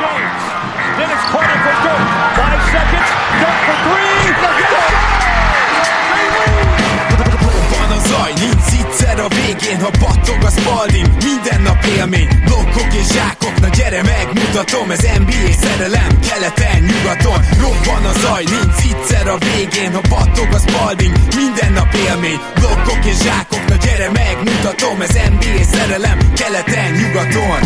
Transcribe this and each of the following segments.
James. Dennis corner for Dirk. 5 seconds. Dirk for 3. Van a zaj, nincs egyszer a végén, ha battog a Spalding. Minden nap élmény, blokkok és zsákok. Na gyere megmutatom, ez NBA szerelem. Keleten, nyugaton, robban a zaj, nincs egyszer a végén, ha battog a Spalding. Minden nap élmény, blokkok és zsákok. Na gyere megmutatom, ez NBA szerelem. Keleten, nyugaton.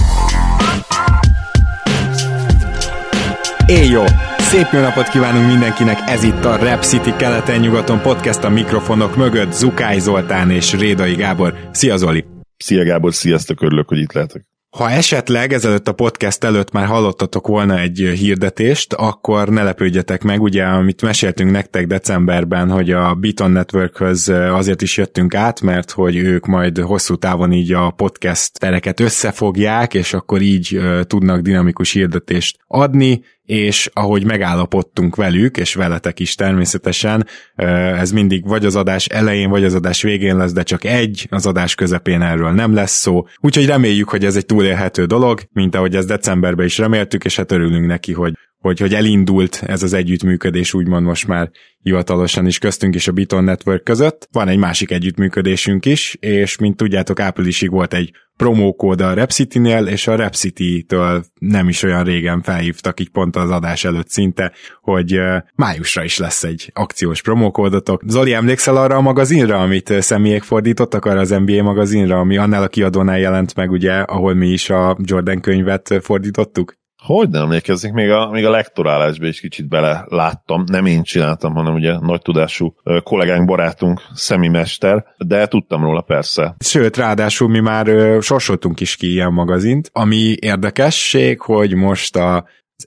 Éjjó! Szép jó napot kívánunk mindenkinek, ez itt a Rap City keleten-nyugaton podcast, a mikrofonok mögött Zukály Zoltán és Rédai Gábor. Szia Zoli! Szia Gábor, sziasztok, örülök, hogy itt lehetek. Ha esetleg ezelőtt a podcast előtt már hallottatok volna egy hirdetést, akkor ne lepődjetek meg, ugye, amit meséltünk nektek decemberben, hogy a Beaton Networkhöz azért is jöttünk át, mert hogy ők majd hosszú távon így a podcast tereket összefogják, és akkor így tudnak dinamikus hirdetést adni, és ahogy megállapodtunk velük, és veletek is természetesen, ez mindig vagy az adás elején, vagy az adás végén lesz, de csak az adás közepén erről nem lesz szó. Úgyhogy reméljük, hogy ez egy túlélhető dolog, mint ahogy ezt decemberben is reméltük, és hát örülünk neki, hogy elindult ez az együttműködés, úgymond most már hivatalosan is köztünk és a Beaton Network között. Van egy másik együttműködésünk is, és mint tudjátok, áprilisig volt egy promókód a Rap City-nél, és a Rap City-től nem is olyan régen felhívtak, így pont az adás előtt szinte, hogy májusra is lesz egy akciós promókódotok. Zoli, emlékszel arra a magazinra, amit személyek fordítottak, arra az NBA magazinra, ami annál a kiadónál jelent meg, ugye, ahol mi is a Jordan könyvet fordítottuk? Hogy nem emlékeznék, még a lektorálásba is kicsit bele láttam, nem én csináltam, hanem ugye nagy tudású kollégánk, barátunk, szemimester, de tudtam róla persze. Sőt, ráadásul mi már sorsoltunk is ki ilyen magazint, ami érdekesség, hogy most az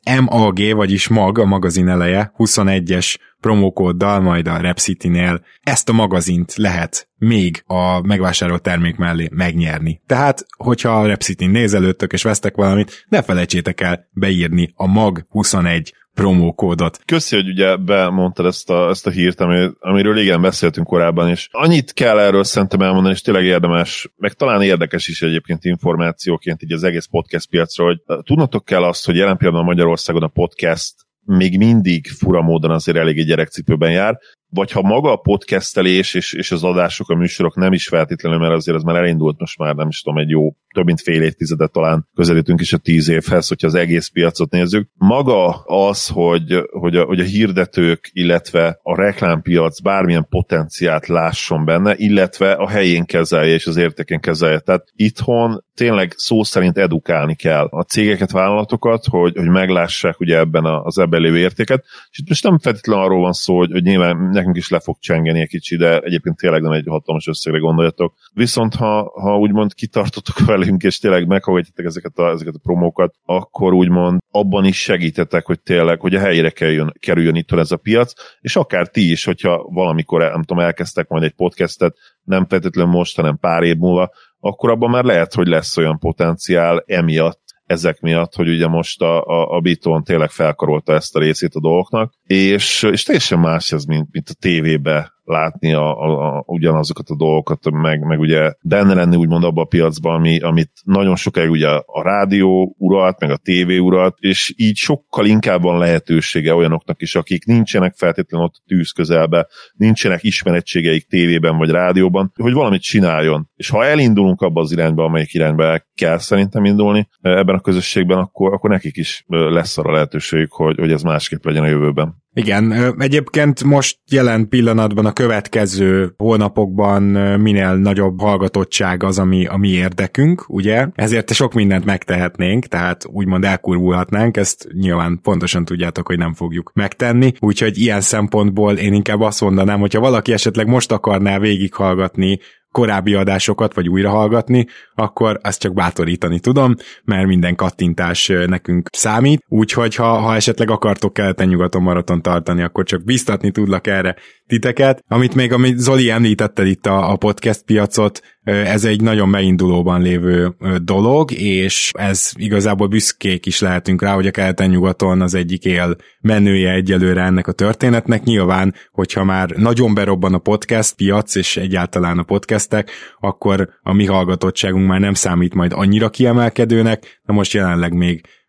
MAG, vagyis MAG, a magazin eleje, 21-es promókóddal majd a Rap City-nél ezt a magazint lehet még a megvásárolt termék mellé megnyerni. Tehát, hogyha a Rap City-n nézelődtök és vesztek valamit, ne felejtsétek el beírni a MAG 21 promókódot. Köszi, hogy ugye bemondtad ezt a hírt, amiről igen beszéltünk korábban, és annyit kell erről szerintem elmondani, és tényleg érdemes, meg talán érdekes is egyébként információként így az egész podcast piacról, hogy tudnotok kell azt, hogy jelen pillanatban Magyarországon a podcast még mindig fura módon azért eléggé gyerekcipőben jár, vagy ha maga a podcastelés és az adások, a műsorok nem is feltétlenül, mert azért ez már elindult most már, nem is tudom, egy jó több mint fél évtizedet talán közelítünk is a 10 évhez, hogyha az egész piacot nézzük. Maga az, hogy a hirdetők, illetve a reklámpiac bármilyen potenciált lásson benne, illetve a helyén kezelje és az értékén kezelje. Tehát itthon tényleg szó szerint edukálni kell a cégeket, vállalatokat, hogy meglássák ugye ebben az ebben lévő értéket. És itt most nem feltétlenül arról van szó, hogy nyilván nekünk is le fog csengeni egy kicsi, de egyébként tényleg nem egy hatalmas összegre gondoljatok. Viszont ha úgymond kitartotok velünk, és tényleg meghallgatjátok ezeket a promókat, akkor úgymond abban is segítetek, hogy tényleg, hogy a helyére kerüljön itt ez a piac, és akár ti is, hogyha valamikor, nem tudom, elkezdtek majd egy podcastet, nem feltétlenül most, hanem pár év múlva, akkor abban már lehet, hogy lesz olyan potenciál emiatt, ezek miatt, hogy ugye most a Beaton tényleg felkarolta ezt a részét a dolgoknak, és teljesen más ez, mint a tévébe látni ugyanazokat a dolgokat, meg ugye benne lenni úgymond abban a piacban, amit nagyon sokáig ugye a rádió uralt, meg a tévé uralt, és így sokkal inkább van lehetősége olyanoknak is, akik nincsenek feltétlenül ott tűz közelbe, nincsenek ismerettségeik tévében vagy rádióban, hogy valamit csináljon. És ha elindulunk abba az irányba, amelyik irányba el kell szerintem indulni ebben a közösségben, akkor nekik is lesz arra lehetőségük, hogy ez másképp legyen a jövőben. Igen, egyébként most jelen pillanatban a következő hónapokban minél nagyobb hallgatottság az, ami a mi érdekünk, ugye? Ezért sok mindent megtehetnénk, tehát úgymond elkurvulhatnánk, ezt nyilván pontosan tudjátok, hogy nem fogjuk megtenni, úgyhogy ilyen szempontból én inkább azt mondanám, hogyha valaki esetleg most akarná végighallgatni korábbi adásokat, vagy újra hallgatni, akkor azt csak bátorítani tudom, mert minden kattintás nekünk számít, úgyhogy ha esetleg akartok keleten-nyugaton maraton tartani, akkor csak biztatni tudlak erre titeket. Amit Zoli említetted itt a podcast piacot, ez egy nagyon beindulóban lévő dolog, és ez igazából büszkék is lehetünk rá, hogy a keleten-nyugaton az egyik él menője egyelőre ennek a történetnek. Nyilván, hogyha már nagyon berobban a podcast piac, és egyáltalán a podcastek, akkor a mi hallgatottságunk már nem számít majd annyira kiemelkedőnek, de most jelenleg még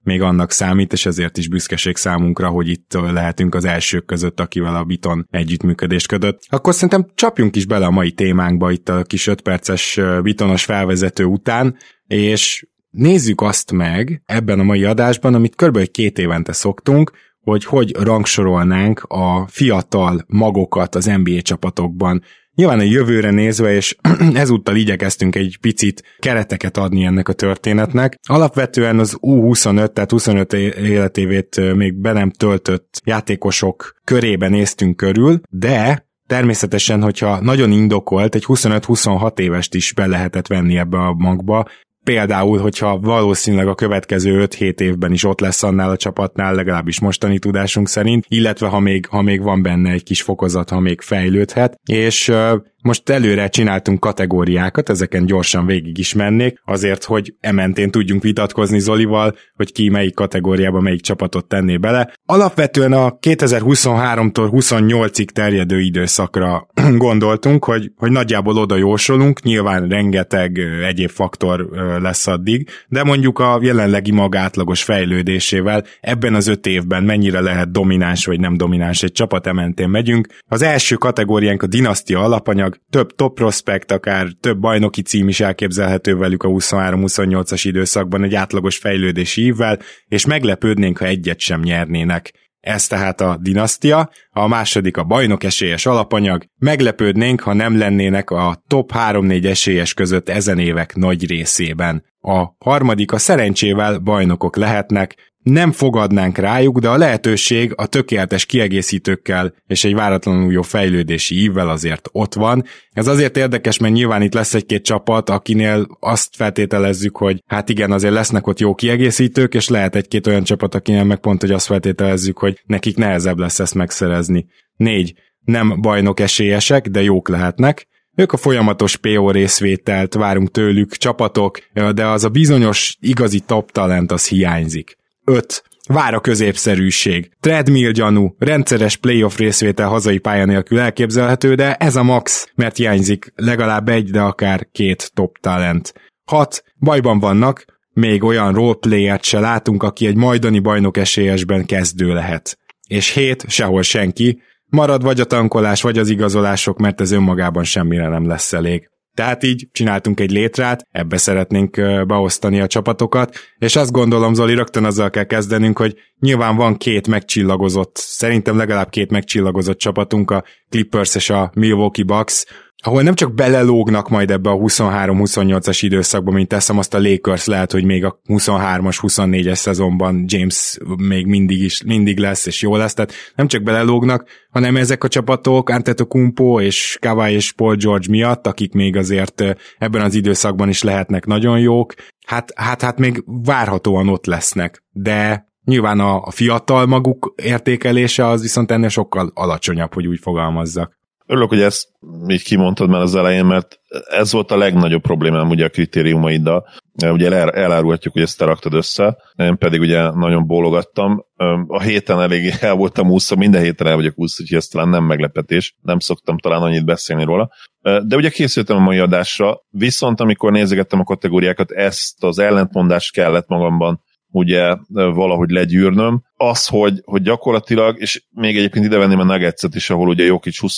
még annak számít, és ezért is büszkeség számunkra, hogy itt lehetünk az elsők között, akivel a Biton együttműködést kötött. Akkor szerintem csapjunk is bele a mai témánkba itt a kis 5 perces Bitonos felvezető után, és nézzük azt meg ebben a mai adásban, amit kb. 2 évente szoktunk, hogy rangsorolnánk a fiatal magokat az NBA csapatokban. Nyilván a jövőre nézve, és ezúttal igyekeztünk egy picit kereteket adni ennek a történetnek. Alapvetően az U25, tehát 25 életévét még be nem töltött játékosok körében néztünk körül, de természetesen, hogyha nagyon indokolt, egy 25-26 évest is be lehetett venni ebbe a magba. Például, hogyha valószínűleg a következő 5-7 évben is ott lesz annál a csapatnál, legalábbis mostani tudásunk szerint, illetve ha még van benne egy kis fokozat, ha még fejlődhet, és most előre csináltunk kategóriákat, ezeken gyorsan végig is mennék, azért, hogy ementén tudjunk vitatkozni Zolival, hogy ki melyik kategóriába melyik csapatot tenné bele. Alapvetően a 2023-tól 28-ig terjedő időszakra gondoltunk, hogy nagyjából oda jósolunk, nyilván rengeteg egyéb faktor lesz addig, de mondjuk a jelenlegi maga átlagos fejlődésével ebben az 5 évben mennyire lehet domináns vagy nem domináns egy csapat, ementén megyünk. Az első kategóriánk a dinasztia alapanyag, több top prospect, akár több bajnoki cím is elképzelhető velük a 23-28-as időszakban egy átlagos fejlődési ívvel, és meglepődnénk, ha egyet sem nyernének. Ez tehát a dinasztia, a második a bajnok esélyes alapanyag, meglepődnénk, ha nem lennének a top 3-4 esélyes között ezen évek nagy részében. A harmadik a szerencsével bajnokok lehetnek, nem fogadnánk rájuk, de a lehetőség a tökéletes kiegészítőkkel és egy váratlanul jó fejlődési ívvel azért ott van. Ez azért érdekes, mert nyilván itt lesz egy-két csapat, akinél azt feltételezzük, hogy hát igen, azért lesznek ott jó kiegészítők, és lehet egy-két olyan csapat, akinél meg pont, hogy azt feltételezzük, hogy nekik nehezebb lesz ezt megszerezni. 4. Nem bajnok esélyesek, de jók lehetnek. Ők a folyamatos PO részvételt várunk tőlük, csapatok, de az a bizonyos igazi top talent az hiányzik. 5. Vár a középszerűség. Treadmill gyanú, rendszeres playoff részvétel hazai pálya nélkül elképzelhető, de ez a max, mert hiányzik legalább egy, de akár 2 top talent. 6. Bajban vannak, még olyan roleplayert se látunk, aki egy majdani bajnok esélyesben kezdő lehet. És 7. Sehol senki. Marad vagy a tankolás, vagy az igazolások, mert ez önmagában semmire nem lesz elég. Tehát így csináltunk egy létrát, ebbe szeretnénk beosztani a csapatokat, és azt gondolom, Zoli, rögtön azzal kell kezdenünk, hogy nyilván van 2 megcsillagozott, szerintem legalább 2 megcsillagozott csapatunk, a Clippers és a Milwaukee Bucks, ahol nem csak belelógnak majd ebbe a 23-28-as időszakba, mint teszem, azt a Lakers lehet, hogy még a 23-as, 24-es szezonban James még mindig lesz, és jó lesz, tehát nem csak belelógnak, hanem ezek a csapatok, Antetokounmpo és Kawhi és Paul George miatt, akik még azért ebben az időszakban is lehetnek nagyon jók, hát még várhatóan ott lesznek, de nyilván a fiatal maguk értékelése az viszont ennél sokkal alacsonyabb, hogy úgy fogalmazzak. Örülök, hogy ezt így kimondtad már az elején, mert ez volt a legnagyobb problémám ugye a kritériumaiddal. Ugye elárulhatjuk, hogy ezt te raktad össze, én pedig ugye nagyon bólogattam. A héten elég el voltam úszva, minden héten el vagyok úszva, úgyhogy ez talán nem meglepetés, nem szoktam talán annyit beszélni róla. De ugye készültem a mai adásra, viszont amikor nézegettem a kategóriákat, ezt az ellentmondást kellett magamban ugye valahogy legyűrnöm. Az, hogy gyakorlatilag, és még egyébként ide venném a Nuggetset is, ahol ugye Jokic 20...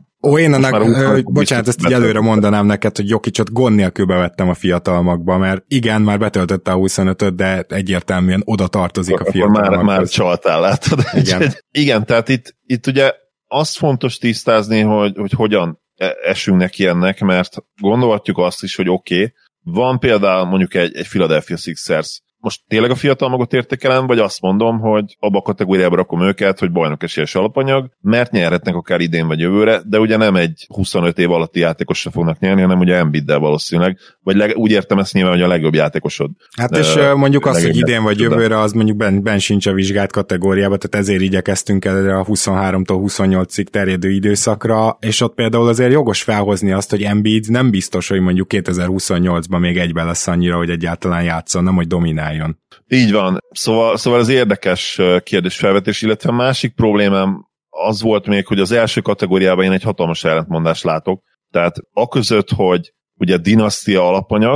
bocsánat, ezt így előre mondanám neked, hogy Jokicot gond nélkül bevettem a fiatalmakba, mert igen, már betöltötte a 25-öt, de egyértelműen oda tartozik a fiatalmakhoz. Már csaltál, látod? Igen, tehát itt ugye azt fontos tisztázni, hogy hogyan esünk neki ennek, mert gondolhatjuk azt is, hogy oké, van például mondjuk egy Philadelphia Sixers. Most tényleg a fiatal magot értékelem, vagy azt mondom, hogy abba a kategóriába rakom őket, hogy bajnok esélyes alapanyag, mert nyerhetnek akár idén vagy jövőre, de ugye nem egy 25 év alatti játékosra fognak nyerni, hanem ugye Embiiddel valószínűleg, vagy úgy értem ezt nyilván, hogy a legjobb játékosod. Hát és mondjuk azt, hogy idén vagy jövőre, az mondjuk ben sincs a vizsgált kategóriába, tehát ezért igyekeztünk erre a 23-tól 28-ig terjedő időszakra, és ott például azért jogos felhozni azt, hogy Embiid nem biztos, hogy mondjuk 2028-ban még egyben lesz annyira, hogy egyáltalán játszon, nem hogy dominál. Így van. Szóval az érdekes kérdésfelvetés, illetve a másik problémám az volt még, hogy az első kategóriában én egy hatalmas ellentmondást látok. Tehát aközött, hogy ugye dinasztia alapanyag,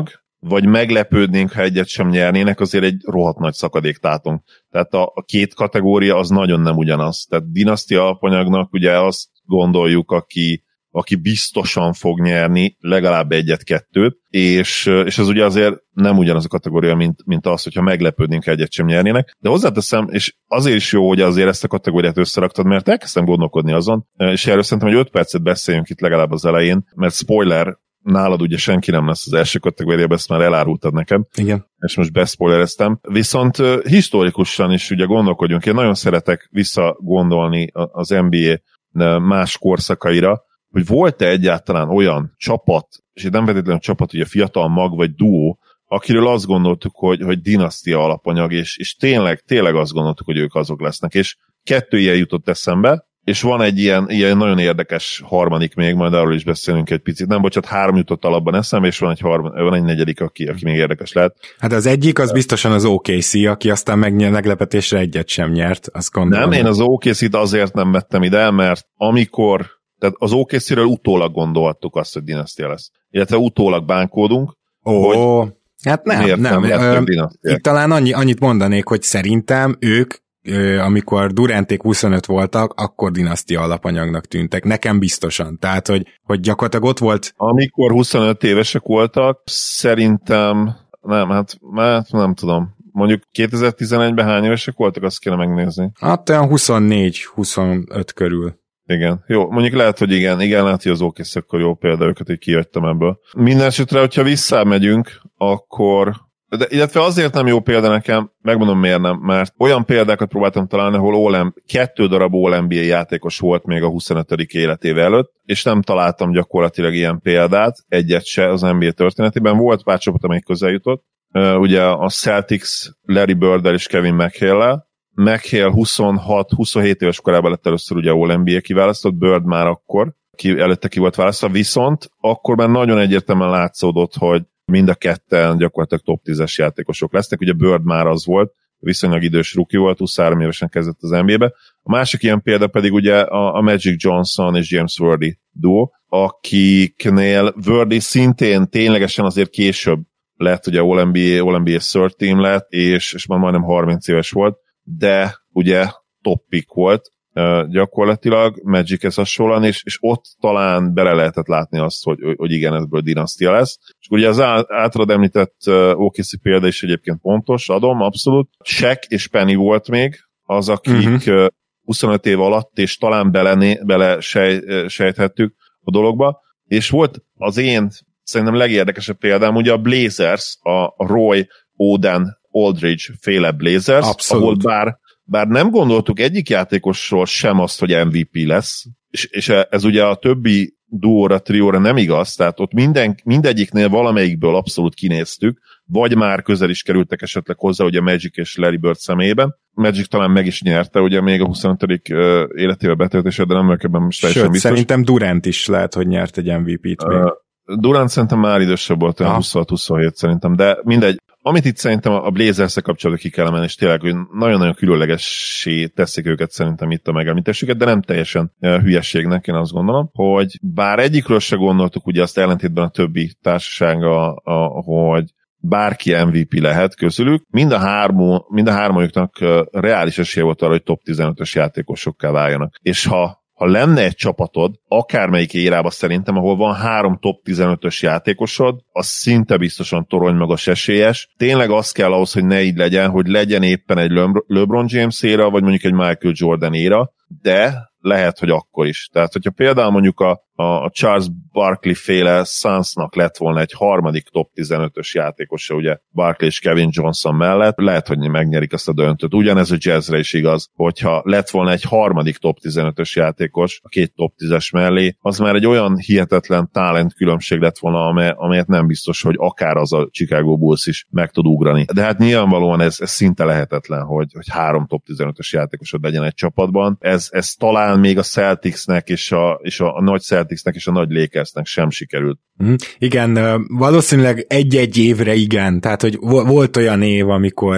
vagy meglepődnénk, ha egyet sem nyernének, azért egy rohadt nagy szakadék tátunk. Tehát a két kategória az nagyon nem ugyanaz. Tehát dinasztia alapanyagnak ugye azt gondoljuk, aki biztosan fog nyerni legalább egyet-kettőt, és ez ugye azért nem ugyanaz a kategória, mint az, hogyha meglepődnénk, ha egyet sem nyernének. De hozzáteszem, és azért is jó, hogy azért ezt a kategóriát összeraktad, mert elkezdtem gondolkodni azon, és erről szerintem, hogy 5 percet beszéljünk itt legalább az elején, mert spoiler, nálad ugye senki nem lesz az első kategóriában, ezt már elárultad nekem. Igen. És most bespoilereztem. Viszont historikusan is ugye gondolkodjunk, én nagyon szeretek visszagondolni az NBA más korszakaira, hogy volt-e egyáltalán olyan csapat, és nem feltétlenül csapat, ugye fiatal mag vagy duó, akiről azt gondoltuk, hogy dinasztia alapanyag, és tényleg azt gondoltuk, hogy ők azok lesznek. És 2 ilyen jutott eszembe, és van egy ilyen nagyon érdekes harmadik még, majd arról is beszélünk egy picit. Nem, bocsánat, 3 jutott alapban eszembe, és van egy negyedik, aki még érdekes lehet. Hát az egyik, az biztosan az OKC, aki aztán meglepetésre egyet sem nyert, azt gondolom. Nem, én az OKC-t azért nem vettem ide, mert tehát az OKC-ről utólag gondoltuk azt, hogy dinasztia lesz. Illetve utólag bánkódunk, hogy hát nem. Itt talán annyit mondanék, hogy szerintem ők, amikor Duranték 25 voltak, akkor dinasztia alapanyagnak tűntek. Nekem biztosan. Tehát, hogy gyakorlatilag ott volt... Amikor 25 évesek voltak, szerintem nem tudom. Mondjuk 2011-ben hány évesek voltak, azt kéne megnézni. Hát olyan 24-25 körül. Igen. Jó, mondjuk lehet, hogy igen, lehet, hogy az OKC akkor jó példa, őket így kijöttem ebből. Mindenesetre, hogyha visszamegyünk, akkor... illetve azért nem jó példa nekem, megmondom miért nem, mert olyan példákat próbáltam találni, ahol 2 darab All-NBA játékos volt még a 25. életéve előtt, és nem találtam gyakorlatilag ilyen példát, egyet se az NBA történetében. Volt pár csapat, amelyik közel jutott. Ugye a Celtics Larry Bird-el és Kevin McHale-lel. McHale 26-27 éves korában lett először ugye All-NBA kiválasztott, Bird már akkor előtte ki volt választva, viszont akkor már nagyon egyértelműen látszódott, hogy mind a ketten gyakorlatilag top 10-es játékosok lesznek. Ugye Bird már az volt, viszonylag idős rookie volt, 23 évesen kezdett az NBA-be. A másik ilyen példa pedig ugye a Magic Johnson és James Worthy duo, akiknél Worthy szintén ténylegesen azért később lett, ugye All-NBA third team lett, és már majdnem 30 éves volt, de ugye top pick volt gyakorlatilag Magichez hasonlóan, és ott talán bele lehetett látni azt, hogy igen, ebből dinasztia lesz. És ugye az általad említett OKC példa is egyébként pontos, adom, abszolút. Shaq és Penny volt még, az, akik 25 év alatt, és talán bele sejthettük a dologba, és volt az én szerintem legérdekesebb példám, ugye a Blazers, a Roy, Oden, Aldridge féle Blazers, abszolút. Ahol bár nem gondoltuk egyik játékosról sem azt, hogy MVP lesz, és ez ugye a többi duóra, trióra nem igaz, tehát ott mindegyiknél valamelyikből abszolút kinéztük, vagy már közel is kerültek esetleg hozzá, ugye Magic és Larry Bird személyében. Magic talán meg is nyerte, ugye még a 25. életével betöltése, de nem vagyok ebben most teljesen biztos. Szerintem Durant is lehet, hogy nyert egy MVP-t még. Durant szerintem már idősebb volt, 26-27 szerintem, de mindegy. Amit itt szerintem a Blazers-e kapcsolatban ki kell emelni, és tényleg, hogy nagyon-nagyon különlegessé teszik őket szerintem itt a megemlítésüket, de nem teljesen hülyességnek, én azt gondolom, hogy bár egyikről se gondoltuk, ugye azt ellentétben a többi társasága, hogy bárki MVP lehet közülük, mind a hármójuknak reális esélye volt arra, hogy top 15-ös játékosokká váljanak. És ha lenne egy csapatod, akármelyik érában szerintem, ahol van 3 top 15-ös játékosod, az szinte biztosan toronymagas esélyes. Tényleg az kell ahhoz, hogy ne így legyen, hogy legyen éppen egy LeBron James éra, vagy mondjuk egy Michael Jordan éra, de lehet, hogy akkor is. Tehát, hogyha például mondjuk a Charles Barkley féle Sunsnak lett volna egy harmadik top 15-ös játékosa, ugye Barkley és Kevin Johnson mellett, lehet, hogy megnyerik azt a döntőt. Ugyanez a Jazzre is igaz, hogyha lett volna egy harmadik top 15-ös játékos a 2 top 10-es mellé, az már egy olyan hihetetlen talent különbség lett volna, amelyet nem biztos, hogy akár az a Chicago Bulls is meg tud ugrani. De hát nyilvánvalóan ez szinte lehetetlen, hogy 3 top 15-ös játékosod legyen egy csapatban. Ez talán még a Celticsnek és a nagy Celticsnek és a nagy Lakersnek sem sikerült. Igen, valószínűleg egy-egy évre igen, tehát hogy volt olyan év,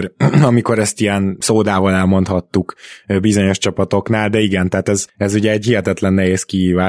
amikor ezt ilyen szódával elmondhattuk bizonyos csapatoknál, de igen, tehát ez ugye egy hihetetlen nehéz kihívás.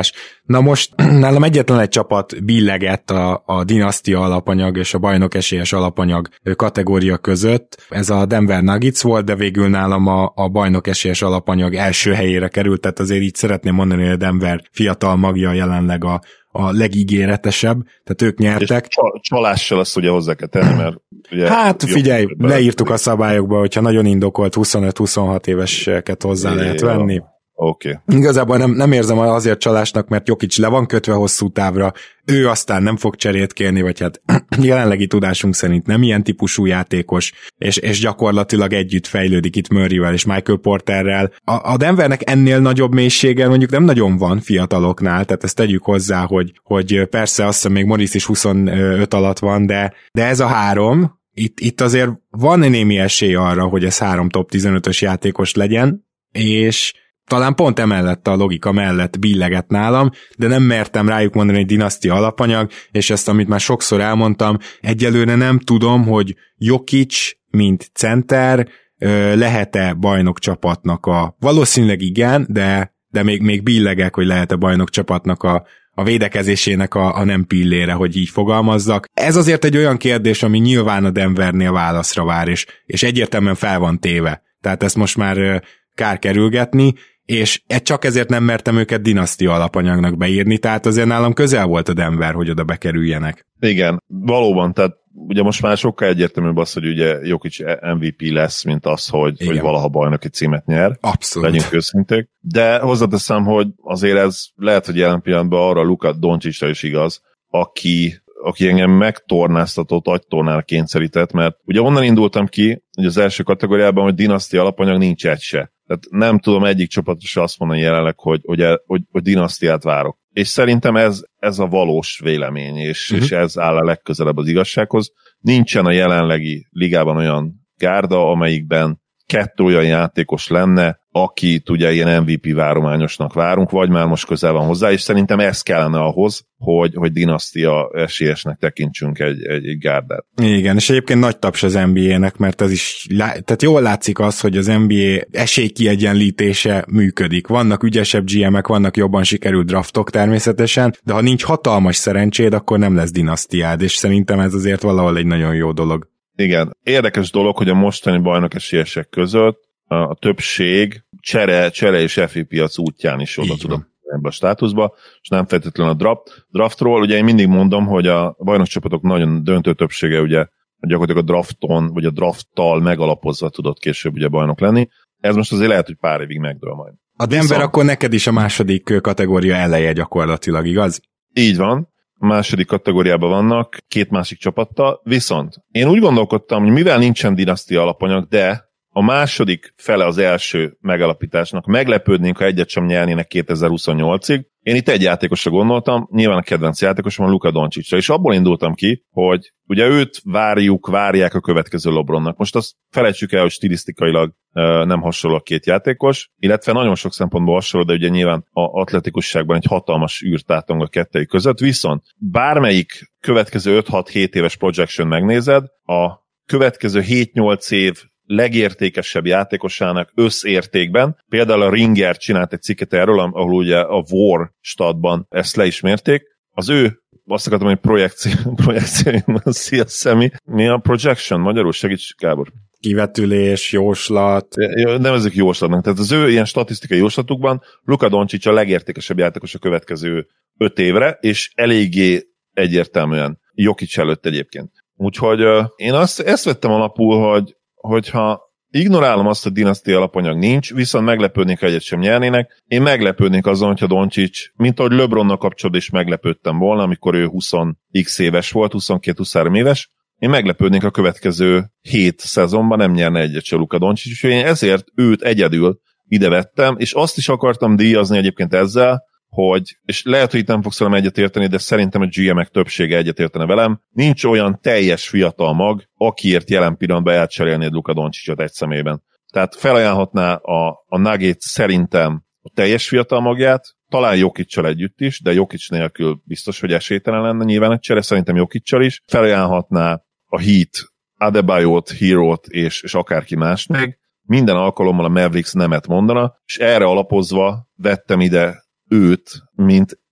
Na most nálam egyetlen egy csapat billegett a dinasztia alapanyag és a bajnok esélyes alapanyag kategória között. Ez a Denver Nuggets volt, de végül nálam a bajnok esélyes alapanyag első helyére került, tehát azért így szeretném mondani, hogy a Denver fiatal magja jelenleg a legígéretesebb, tehát ők nyertek. És csalással azt ugye hozzá kell tenni, mert ugye... Hát figyelj, leírtuk a szabályokba, hogyha nagyon indokolt 25-26 éveseket hozzá lehet venni. Okay. Igazából nem érzem azért csalásnak, mert Jokic le van kötve hosszú távra, ő aztán nem fog cserét kérni, vagy hát jelenlegi tudásunk szerint nem ilyen típusú játékos, és gyakorlatilag együtt fejlődik itt Murrayvel és Michael Porterrel. A Denvernek ennél nagyobb mélységgel mondjuk nem nagyon van fiataloknál, tehát ezt tegyük hozzá, hogy persze azt hiszem még Morris is 25 alatt van, de ez a három, itt azért van némi esély arra, hogy ez 3 top 15-ös játékos legyen, és talán pont emellett a logika mellett billegett nálam, de nem mertem rájuk mondani, hogy dinasztia alapanyag, és ezt, amit már sokszor elmondtam, egyelőre nem tudom, hogy Jokic, mint center, lehet-e bajnok csapatnak valószínűleg igen, de még billegek, hogy lehet-e bajnok csapatnak a védekezésének a nem pillére, hogy így fogalmazzak. Ez azért egy olyan kérdés, ami nyilván a Denvernél válaszra vár, és egyértelműen fel van téve. Tehát ezt most már kár kerülgetni, és csak ezért nem mertem őket dinasztia alapanyagnak beírni, tehát azért nálam közel volt a Denver, hogy oda bekerüljenek. Igen, valóban, tehát ugye most már sokkal egyértelműbb az, hogy ugye Jokic MVP lesz, mint az, hogy valaha bajnoki címet nyer. Abszolút. Legyünk őszinték. De hozzáteszem, hogy azért ez lehet, hogy jelen pillanatban arra Luka Doncicra is igaz, aki engem megtornáztatott, agytornál kényszerített, mert ugye onnan indultam ki, hogy az első kategóriában, hogy dinasztia alapanyag nincs egy se. Tehát nem tudom egyik csapatra se azt mondani jelenleg, hogy dinasztiát várok. És szerintem ez a valós vélemény, és ez áll a legközelebb az igazsághoz. Nincsen a jelenlegi ligában olyan gárda, amelyikben 2 olyan játékos lenne, akit ugye ilyen MVP várományosnak várunk, vagy már most közel van hozzá, és szerintem ez kellene ahhoz, hogy dinasztia esélyesnek tekintsünk egy gárdát. Igen, és egyébként nagy taps az NBA-nek, mert ez is, tehát jól látszik az, hogy az NBA esélykiegyenlítése működik. Vannak ügyesebb GM-ek, vannak jobban sikerült draftok természetesen, de ha nincs hatalmas szerencséd, akkor nem lesz dinasztiád, és szerintem ez azért valahol egy nagyon jó dolog. Igen, érdekes dolog, hogy a mostani bajnok esélyesek között a többség csere és FA piac útján is oda tudott ebbe a státuszba, és nem feltétlenül a draftról. Ugye én mindig mondom, hogy a bajnokcsapatok nagyon döntő többsége ugye gyakorlatilag a drafton, vagy a drafttal megalapozva tudott később ugye bajnok lenni. Ez most azért lehet, hogy pár évig megdől majd. A Denver akkor neked is a második kategória eleje gyakorlatilag, igaz? Így van. A második kategóriában vannak 2 másik csapattal, viszont én úgy gondolkodtam, hogy mivel nincsen dinasztia alapanyag, de a második fele az első megalapításnak meglepődnénk, ha egyet sem nyernének 2028-ig. Én itt egy játékosra gondoltam, nyilván a kedvenc játékosom a Luka Doncicra, és abból indultam ki, hogy ugye őt várják a következő LeBronnak. Most azt felejtsük el, hogy stilisztikailag nem hasonló a 2 játékos, illetve nagyon sok szempontból hasonló, de ugye nyilván a atletikusságban egy hatalmas űrtátong a kettőjük között, viszont bármelyik következő 5-6-7 éves projection megnézed, a következő 7-8 év legértékesebb játékosának összértékben. Például a Ringer csinált egy cikket erről, ahol ugye a War stadban ezt le is mérték. Az ő, azt akartam, hogy projekció, szia Szemi. Mi a projection? Magyarul segíts, Gábor. Kivetülés, jóslat. Nevezzük jóslatnak. Tehát az ő ilyen statisztikai jóslatukban Luka Doncic a legértékesebb játékos a következő 5 évre, és eléggé egyértelműen Jokic előtt egyébként. Úgyhogy én ezt vettem alapul, hogyha ignorálom azt, hogy dinasztia alapanyag nincs, viszont meglepődnék, ha egyet sem nyernének. Én meglepődnék azon, hogyha Doncic, mint ahogy LeBronnak kapcsolatban is meglepődtem volna, amikor ő 20x éves volt, 22-23 éves. Én meglepődnék a következő 7 szezonban, nem nyerne egyet se Luka Doncic, és én ezért őt egyedül ide vettem, és azt is akartam díjazni egyébként ezzel, és lehet, hogy itt nem fogsz velem egyetérteni, de szerintem a GM-ek többsége egyetértene velem, nincs olyan teljes fiatal mag, akiért jelen pillanatban elcserélnéd Luka Doncicot egy szemében. Tehát felajánlhatná a Nuggets szerintem a teljes fiatal magját, talán Jokic-sal együtt is, de Jokic nélkül biztos, hogy esélytelen lenne nyilván egy csere, szerintem Jokic-sal is. Felajánlhatná a Heat, Adebayot, Hero-t és akárki más még. Minden alkalommal a Mavericks nemet mondana, és erre alapozva vettem ide őt, mint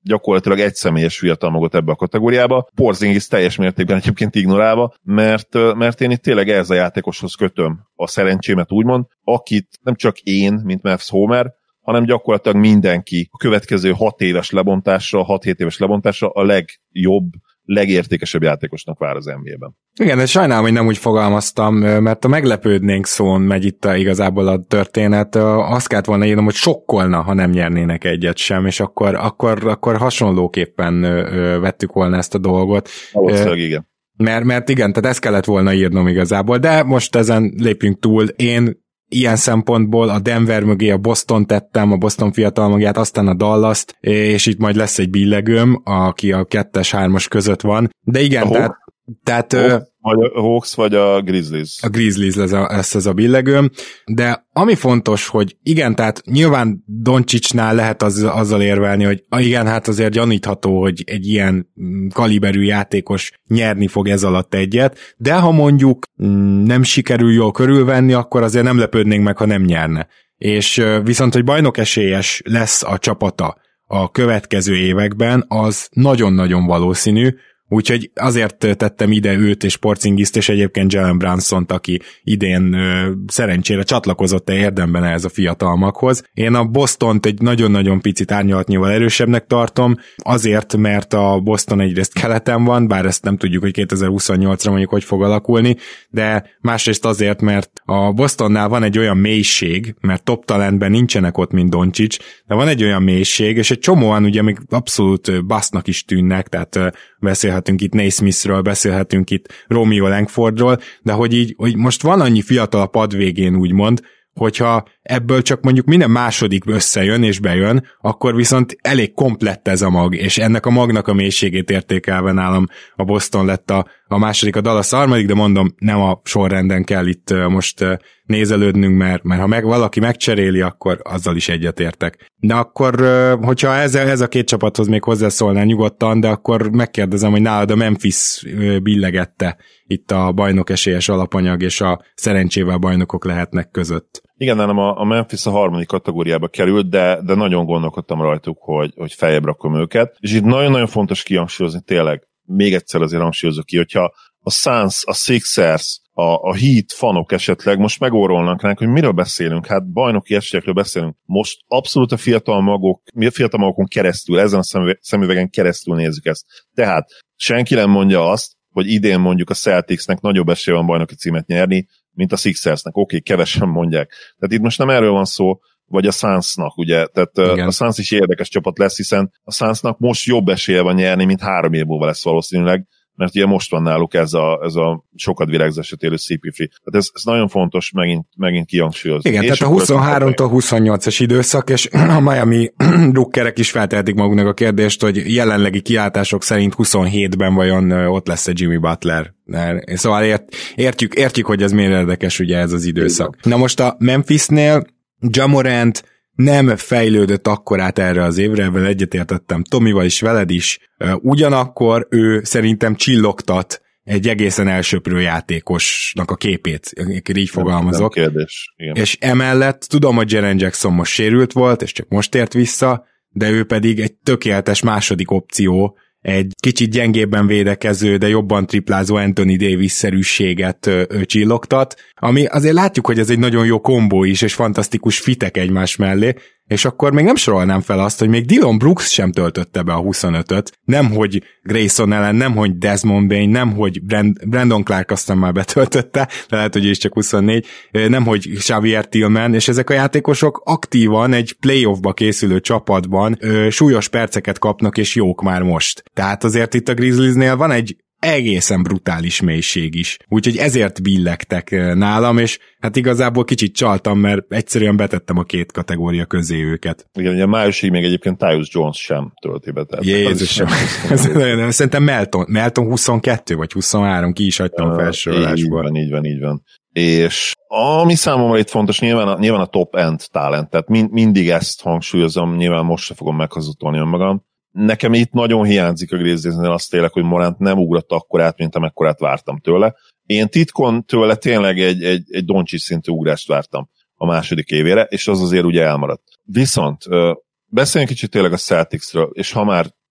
gyakorlatilag egy személyes fiatal magot ebbe a kategóriába, Porzingis teljes mértékben egyébként ignorálva, mert én itt tényleg ez a játékoshoz kötöm a szerencsémet úgymond, akit nem csak én, mint Mavs Homer, hanem gyakorlatilag mindenki a következő 6 éves lebontásra, 6-7 éves lebontásra a legjobb, legértékesebb játékosnak vár az NBA-ben. Igen, de sajnálom, hogy nem úgy fogalmaztam, mert a meglepődnénk szón megy itt igazából a történet. Azt kellett volna írnom, hogy sokkolna, ha nem nyernének egyet sem, és akkor hasonlóképpen vettük volna ezt a dolgot. Igen. Mert igen, tehát ezt kellett volna írnom igazából, de most ezen lépjünk túl. Én ilyen szempontból a Denver mögé a Boston tettem, a Boston fiatal magját, aztán a Dallas-t, és itt majd lesz egy billegőm, aki a 2-3-as között van. De igen, tehát vagy a Hawks, vagy a Grizzlies. A Grizzlies lesz ez a billegőm, de ami fontos, hogy igen, tehát nyilván Doncsicsnál lehet azzal érvelni, hogy igen, hát azért gyanítható, hogy egy ilyen kaliberű játékos nyerni fog ez alatt egyet, de ha mondjuk nem sikerül jól körülvenni, akkor azért nem lepődnénk meg, ha nem nyerne. És viszont, hogy bajnokesélyes lesz a csapata a következő években, az nagyon-nagyon valószínű, úgyhogy azért tettem ide őt és Porzingiszt, és egyébként Jalen Brunsont, aki idén szerencsére csatlakozott érdemben ehhez a fiatalmakhoz. Én a Bostont egy nagyon-nagyon picit árnyalatnyival erősebbnek tartom, azért, mert a Boston egyrészt keleten van, bár ezt nem tudjuk, hogy 2028-ra mondjuk hogy fog alakulni, de másrészt azért, mert a Bostonnál van egy olyan mélység, mert top talentben nincsenek ott, mint Doncic, de van egy olyan mélység, és egy csomóan ugye még abszolút basznak is tűnnek, tehát beszélhetünk itt Naismithről, beszélhetünk itt Romeo Langfordról, de hogy most van annyi fiatal a pad végén úgymond, hogyha ebből csak mondjuk minden második összejön és bejön, akkor viszont elég komplett ez a mag, és ennek a magnak a mélységét értékelve nálam a Boston lett a második, a Dallas a harmadik, de mondom, nem a sorrenden kell itt most nézelődnünk, mert ha valaki megcseréli, akkor azzal is egyetértek. De akkor, hogyha ez a két csapathoz még hozzászólnál nyugodtan, de akkor megkérdezem, hogy nálad a Memphis billegette itt a bajnokesélyes alapanyag, és a szerencsével bajnokok lehetnek között. Igen, nálam a Memphis a harmadik kategóriába került, de nagyon gondolkodtam rajtuk, hogy feljebb rakom őket. És itt nagyon-nagyon fontos kihangsúlyozni tényleg, még egyszer azért hangsúlyozok ki, hogyha a Suns, a Sixers, a Heat fanok esetleg most megórolnak ránk, hogy miről beszélünk, hát bajnoki esélyekről beszélünk. Most abszolút a fiatal magokon keresztül, ezen a szemüvegen keresztül nézzük ezt. Tehát senki nem mondja azt, hogy idén mondjuk a Celticsnek nagyobb esélye van bajnoki címet nyerni, mint a Sixersnek. Oké, kevesen mondják. Tehát itt most nem erről van szó, vagy a Sunsnak, ugye? Tehát igen. A Suns is érdekes csapat lesz, hiszen a Sunsnak most jobb esélye van nyerni, mint 3 év múlva lesz valószínűleg, mert ugye most van náluk ez a sokat virágzásra élő CP3. Tehát ez nagyon fontos megint kihangsúlyozni. Igen, és tehát a 23-tól 28-as időszak, és a Miami drukkerek is feltehetik maguknak a kérdést, hogy jelenlegi kiáltások szerint 27-ben vajon ott lesz a Jimmy Butler. Szóval értjük, hogy ez miért érdekes ugye ez az időszak. Igen. Na most a Memphisnél Ja Morant nem fejlődött akkorát erre az évre, ebben egyetértettem Tomival is, veled is. Ugyanakkor ő szerintem csillogtat egy egészen elsöprő játékosnak a képét, így fogalmazok. Nem kérdés. Igen. És emellett tudom, hogy Jaren Jackson most sérült volt, és csak most ért vissza, de ő pedig egy tökéletes második opció, egy kicsit gyengébben védekező, de jobban triplázó Anthony Davis-szerűséget csillogtat, ami azért látjuk, hogy ez egy nagyon jó kombó is, és fantasztikus fitek egymás mellé, és akkor még nem sorolnám fel azt, hogy még Dillon Brooks sem töltötte be a 25-öt, nemhogy Grayson Allen, nemhogy Desmond Bane, nemhogy Brandon Clark aztán már betöltötte, de lehet, hogy is csak 24, nemhogy Xavier Tillman, és ezek a játékosok aktívan egy playoffba készülő csapatban súlyos perceket kapnak, és jók már most. Tehát azért itt a Grizzliesnél van egy egészen brutális mélység is. Úgyhogy ezért billegtek nálam, és hát igazából kicsit csaltam, mert egyszerűen betettem a két kategória közé őket. Igen, ugye májusig még egyébként Tyus Jones sem tölti be. Jézusom. Szerintem Melton 22 vagy 23, ki is hagytam a felsorolásból. Így van. És ami számomra itt fontos, nyilván a top end talent, tehát mindig ezt hangsúlyozom, nyilván most se fogom meghazudtolni önmagam. Nekem itt nagyon hiányzik a Grizzliesnél azt tényleg, hogy Morant nem ugrott akkorát, mint amekkorát vártam tőle. Én titkon tőle tényleg egy Doncic szintű ugrást vártam a második évére, és az azért ugye elmaradt. Viszont beszéljünk kicsit tényleg a Celticsről, és ha már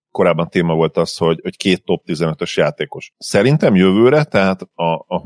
korábban téma volt az, hogy 2 top 15-ös játékos. Szerintem jövőre, tehát a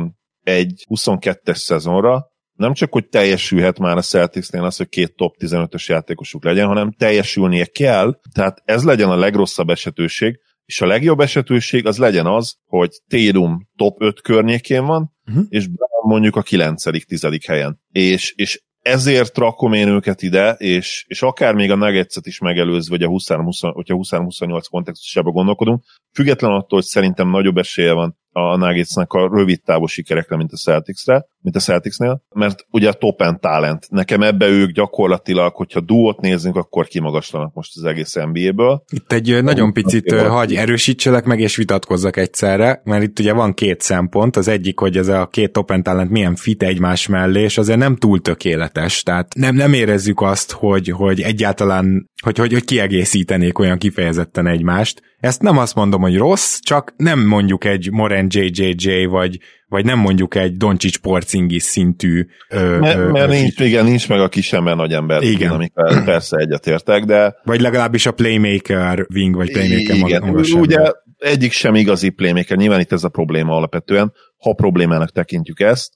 21-22-es szezonra nem csak, hogy teljesülhet már a Celticsnél az, hogy 2 top 15-ös játékosuk legyen, hanem teljesülnie kell, tehát ez legyen a legrosszabb esetőség, és a legjobb esetőség az legyen az, hogy Tatum top 5 környékén van, és Brown mondjuk a 9.-10. helyen. És ezért rakom én őket ide, és akár még a Nuggets-et is megelőzve, vagy hogyha 23-28 kontextusában gondolkodunk, független attól, hogy szerintem nagyobb esélye van a Nuggetsnek a rövid távú sikerekre, mint a Celticsnél, mert ugye a top end talent. Nekem ebbe ők gyakorlatilag, hogyha duót nézzünk, akkor kimagaslanak most az egész NBA-ből. Itt egy nagyon picit hagy erősítselek meg, és vitatkozzak egyszerre, mert itt ugye van 2 szempont, az egyik, hogy ez a 2 top end talent milyen fit egymás mellé, és azért nem túl tökéletes, tehát nem érezzük azt, hogy egyáltalán, hogy kiegészítenék olyan kifejezetten egymást. Ezt nem azt mondom, hogy rossz, csak nem mondjuk egy Moran JJJ, vagy nem mondjuk egy Doncic Porzingis szintű... Mert nincs meg a kis ember nagy ember, amikkel persze egyetértek, de... Vagy legalábbis a playmaker wing, vagy playmaker magas ugye ember. Egyik sem igazi playmaker, nyilván itt ez a probléma alapvetően, ha problémának tekintjük ezt,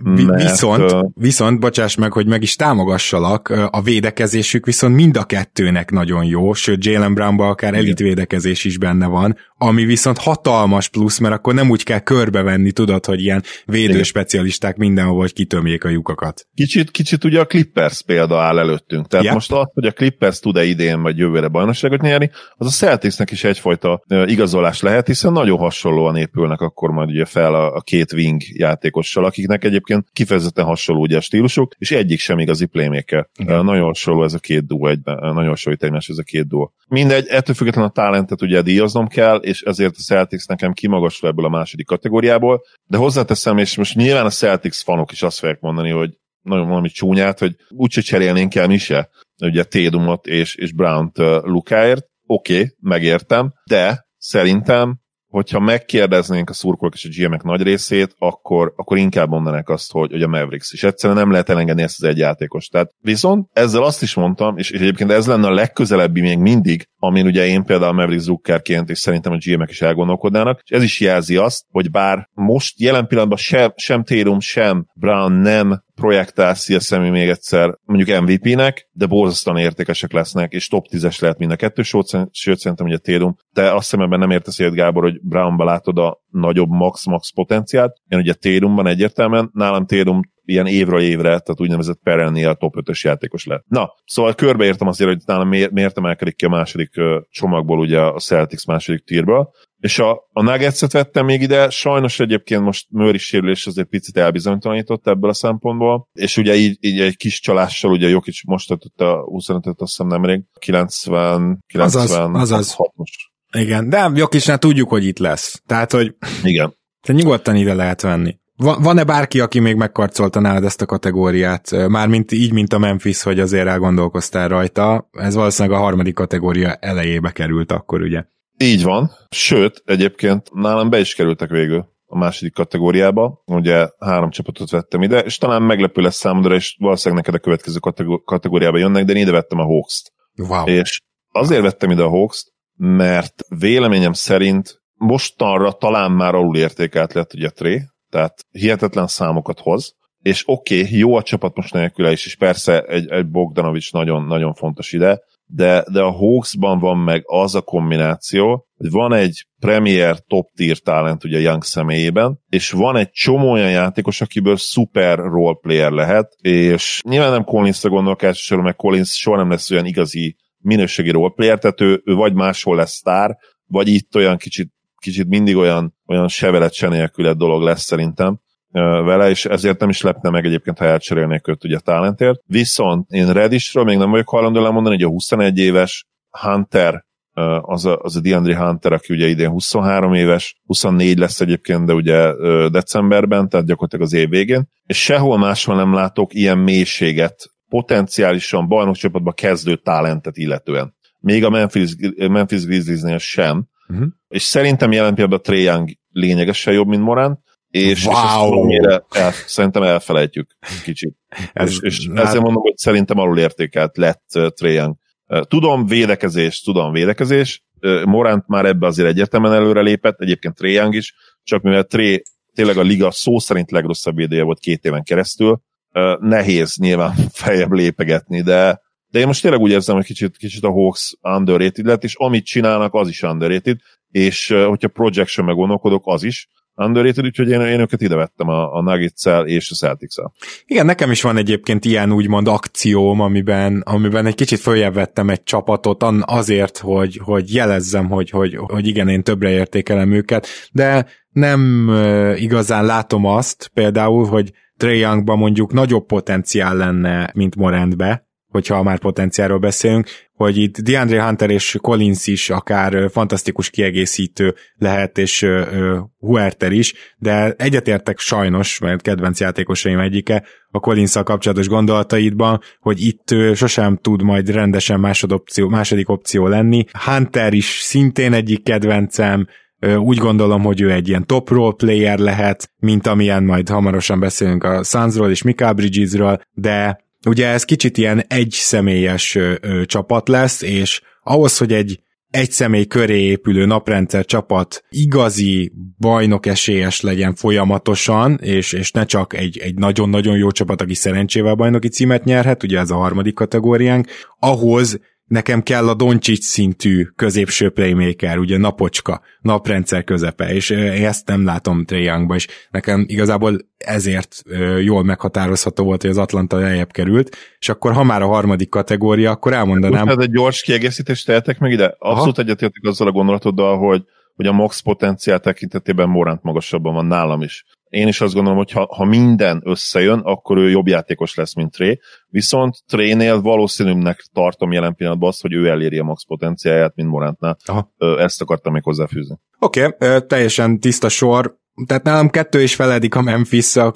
Viszont, bocsáss meg, hogy meg is támogassalak, a védekezésük viszont mind a kettőnek nagyon jó, sőt Jaylen Brownban akár elit védekezés is benne van, ami viszont hatalmas plusz, mert akkor nem úgy kell körbevenni, tudod, hogy ilyen védőspecialisták mindenhol, hogy kitömjék a lyukakat. Kicsit ugye a Clippers példa áll előttünk, tehát most az, hogy a Clippers tud-e idén vagy jövőre bajnokságot nyerni, az a Celticsnek is egyfajta igazolás lehet, hiszen nagyon hasonlóan épülnek akkor majd ugye fel a 2 wing játékossal, akiknek egyébként kifejezetten hasonló ugye a stílusuk, és egyik sem igazi playmaker. Nagyon hasonló ez a 2 duó egyben, nagyon hasonlít egymás ez a 2 duó. Mindegy, ettől függetlenül a talentet ugye díjaznom kell, és ezért a Celtics nekem kimagasul ebből a második kategóriából, de hozzáteszem, és most nyilván a Celtics fanok is azt fogják mondani, hogy nagyon valami csúnyát, hogy úgyse cserélnénk el mi se, ugye Tatumot és Brownt Lukáért. Oké, megértem, de szerintem hogyha megkérdeznénk a szurkolók és a GM-ek nagy részét, akkor inkább mondanák azt, hogy a Mavericks is. Egyszerűen nem lehet elengedni ezt az egy játékost. Tehát viszont ezzel azt is mondtam, és egyébként ez lenne a legközelebbi még mindig, amin ugye én például Mavericks drukkerként, és szerintem a GM-ek is elgondolkodnának, és ez is jelzi azt, hogy bár most jelen pillanatban sem Tatum, sem Brown nem projektál CSM még egyszer mondjuk MVP-nek, de borzasztóan értékesek lesznek, és top 10-es lehet mind a kettő, sőt szerintem ugye Tatum. Te azt hiszem ebben nem értesz egyet, Gábor, hogy Brownba látod a nagyobb max potenciált. Én ugye Tatumban egyértelműen, nálam Tatum ilyen évről évre, tehát úgynevezett perennial top 5-ös játékos lett. Na, szóval körbeértem azért, hogy nálam miért emelkedik ki a második csomagból ugye a Celtics második tierből, és a Nuggets-et vettem még ide, sajnos egyébként most Murray sérülés azért picit elbizonytalanított ebből a szempontból, és ugye így egy kis csalással, ugye Jokic most tett a 25-öt, azt hiszem nemrég, 96-os. Igen, de Jokicnál tudjuk, hogy itt lesz. Tehát, hogy igen. Te nyugodtan ide lehet venni. Van-e bárki, aki még megkarcolta nálad ezt a kategóriát? Mármint így, mint a Memphis, hogy azért elgondolkoztál rajta. Ez valószínűleg a harmadik kategória elejébe került akkor, ugye? Így van. Sőt, egyébként nálam be is kerültek végül a második kategóriába. Ugye 3 csapatot vettem ide, és talán meglepő lesz számodra, és valószínűleg neked a következő kategóriába jönnek, de én ide vettem a Hawks-t. Wow. És azért vettem ide a Hawks-t, mert véleményem szerint mostanra talán már alulértékelt lett ugye Trey, tehát hihetetlen számokat hoz, és oké, jó a csapat most nélküle is, és persze egy Bogdanovics nagyon fontos ide, de a Hawksban van meg az a kombináció, hogy van egy premier top tier talent ugye Young személyében, és van egy csomó olyan játékos, akiből szuper role player lehet, és nyilván nem Collinsra gondolok elsősorban, mert Collins soha nem lesz olyan igazi minőségi role player, tehát ő vagy máshol lesz sztár, vagy itt olyan kicsit mindig olyan sevelet se nélkület dolog lesz szerintem vele, és ezért nem is lepne meg egyébként, ha elcserélnék őt ugye talentért. Viszont én Reddishről még nem vagyok hajlandó lemondani, hogy a 21 éves Hunter, az a DeAndre Hunter, aki ugye idén 23 éves, 24 lesz egyébként, de ugye decemberben, tehát gyakorlatilag az év végén, és sehol máshol nem látok ilyen mélységet, potenciálisan bajnokcsapatba kezdő talentet illetően. Még a Memphis Grizzliesnél sem, és szerintem jelen pillanatban Trae Young lényegesen jobb, mint Morant, és szerintem elfelejtjük kicsit. És ezzel mondom, hogy szerintem alulértékelt lett Trae Young. Tudom védekezés, Morant már ebbe azért egyértelműen előre lépett, egyébként Trae Young is, csak mivel Trae tényleg a liga szó szerint legrosszabb védője volt 2 éven keresztül, nehéz nyilván feljebb lépegetni, de én most tényleg úgy érzem, hogy kicsit a Hawks underrated lett, és amit csinálnak, az is underrated, és hogyha projection meg gondolkodok, az is underrated, úgyhogy én őket ide vettem a Nuggets-el és a Celtics-el. Igen, nekem is van egyébként ilyen úgymond akcióm, amiben egy kicsit följebb vettem egy csapatot azért, hogy jelezzem, hogy igen, én többre értékelem őket, de nem igazán látom azt például, hogy Trae Youngban mondjuk nagyobb potenciál lenne, mint Morantbe, hogyha már potenciálról beszélünk, hogy itt DeAndre Hunter és Collins is akár fantasztikus kiegészítő lehet, és Huerter is, de egyetértek sajnos, mert kedvenc játékosaim egyike, a Collinsszal kapcsolatos gondolataidban, hogy itt sosem tud majd rendesen második opció lenni. Hunter is szintén egyik kedvencem, úgy gondolom, hogy ő egy ilyen top role player lehet, mint amilyen majd hamarosan beszélünk a Sunsról és Mikal Bridgesről, de ugye ez kicsit ilyen egyszemélyes csapat lesz, és ahhoz, hogy egy személy köré épülő naprendszer csapat igazi bajnok esélyes legyen folyamatosan, és ne csak egy nagyon-nagyon jó csapat, aki szerencsével bajnoki címet nyerhet, ugye ez a harmadik kategóriánk, ahhoz nekem kell a Doncic szintű középső playmaker, ugye napocska, naprendszer közepe, és ezt nem látom Trae Youngba, és nekem igazából ezért jól meghatározható volt, hogy az Atlanta lejjebb került, és akkor ha már a harmadik kategória, akkor elmondanám... Tehát egy gyors kiegészítést tehetek meg ide? Abszolút egyetértek azzal a gondolatoddal, hogy a max potenciál tekintetében Morant magasabban van nálam is. Én is azt gondolom, hogy ha minden összejön, akkor ő jobb játékos lesz, mint Trae. Viszont Trae-nél valószínűnek tartom jelen pillanatban azt, hogy ő eléri a max potenciáját, mint Morantnál. Ezt akartam még hozzáfűzni. Oké, teljesen tiszta sor. Tehát nálam 2,5 a Memphis, a